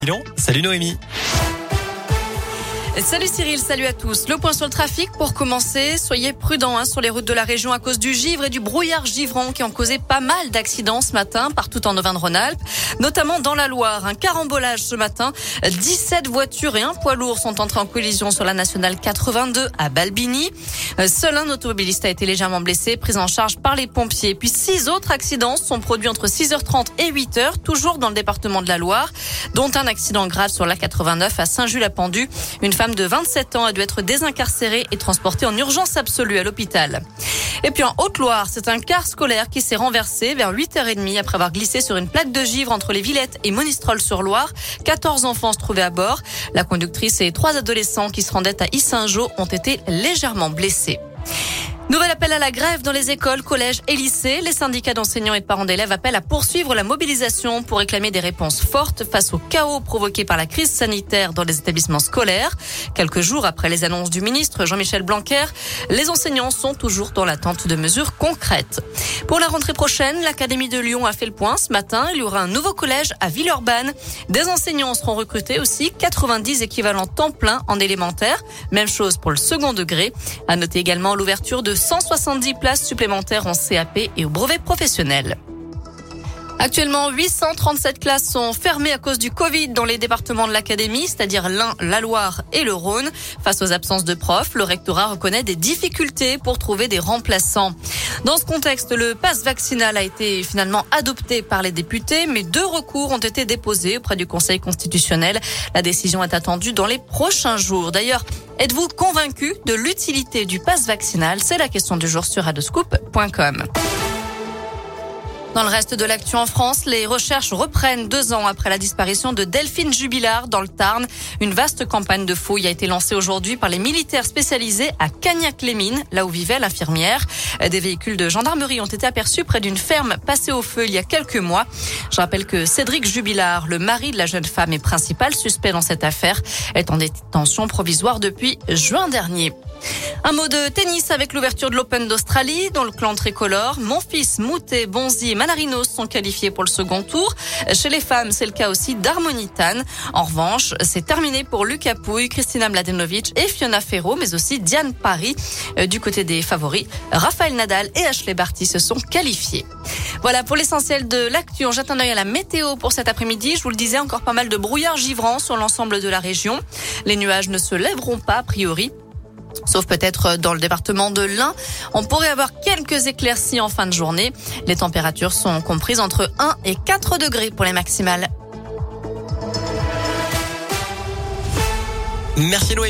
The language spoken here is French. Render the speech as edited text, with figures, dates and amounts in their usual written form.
Salut Noémie. Salut Cyril, salut à tous. Le point sur le trafic pour commencer. Soyez prudents sur les routes de la région à cause du givre et du brouillard givrant qui ont causé pas mal d'accidents ce matin partout en Auvergne-Rhône-Alpes, notamment dans la Loire. Un carambolage ce matin. 17 voitures et un poids lourd sont entrés en collision sur la nationale 82 à Balbigny. Seul un automobiliste a été légèrement blessé, pris en charge par les pompiers. Puis 6 autres accidents sont produits entre 6h30 et 8h, toujours dans le département de la Loire, dont un accident grave sur l'A89 à Saint-Just-la-Pendue. Une femme de 27 ans a dû être désincarcérée et transportée en urgence absolue à l'hôpital. Et puis en Haute-Loire, c'est un car scolaire qui s'est renversé vers 8h30 après avoir glissé sur une plaque de givre entre les Villettes et Monistrol-sur-Loire. 14 enfants se trouvaient à bord. La conductrice et 3 adolescents qui se rendaient à Yssingeaux ont été légèrement blessés. Nouvel appel à la grève dans les écoles, collèges et lycées. Les syndicats d'enseignants et de parents d'élèves appellent à poursuivre la mobilisation pour réclamer des réponses fortes face au chaos provoqué par la crise sanitaire dans les établissements scolaires. Quelques jours après les annonces du ministre Jean-Michel Blanquer, les enseignants sont toujours dans l'attente de mesures concrètes. Pour la rentrée prochaine, l'Académie de Lyon a fait le point ce matin. Il y aura un nouveau collège à Villeurbanne. Des enseignants seront recrutés aussi, 90 équivalents temps plein en élémentaire. Même chose pour le second degré. À noter également l'ouverture de 170 places supplémentaires en CAP et au brevet professionnel. Actuellement, 837 classes sont fermées à cause du Covid dans les départements de l'Académie, c'est-à-dire l'Ain, la Loire et le Rhône. Face aux absences de profs, le rectorat reconnaît des difficultés pour trouver des remplaçants. Dans ce contexte, le pass vaccinal a été finalement adopté par les députés, mais 2 recours ont été déposés auprès du Conseil constitutionnel. La décision est attendue dans les prochains jours. D'ailleurs, êtes-vous convaincu de l'utilité du pass vaccinal? C'est la question du jour sur radioscoop.com. Dans le reste de l'actu en France, les recherches reprennent 2 ans après la disparition de Delphine Jubilard dans le Tarn. Une vaste campagne de fouilles a été lancée aujourd'hui par les militaires spécialisés à Cagnac-les-Mines, là où vivait l'infirmière. Des véhicules de gendarmerie ont été aperçus près d'une ferme passée au feu il y a quelques mois. Je rappelle que Cédric Jubilard, le mari de la jeune femme et principal suspect dans cette affaire, est en détention provisoire depuis juin dernier. Un mot de tennis avec l'ouverture de l'Open d'Australie dans le clan tricolore. Monfils, Moutet, Bonzi et Manarinos sont qualifiés pour le second tour. Chez les femmes, c'est le cas aussi d'Harmony Tan. En revanche, c'est terminé pour Lucas Pouille, Kristina Mladenovic et Fiona Ferro, mais aussi Diane Parry. Du côté des favoris, Rafael Nadal et Ashley Barty se sont qualifiés. Voilà pour l'essentiel de l'actu. On jette un œil à la météo pour cet après-midi. Je vous le disais, encore pas mal de brouillard givrant sur l'ensemble de la région. Les nuages ne se lèveront pas a priori, sauf peut-être dans le département de l'Ain. On pourrait avoir quelques éclaircies en fin de journée. Les températures sont comprises entre 1 et 4 degrés pour les maximales. Merci Noémie.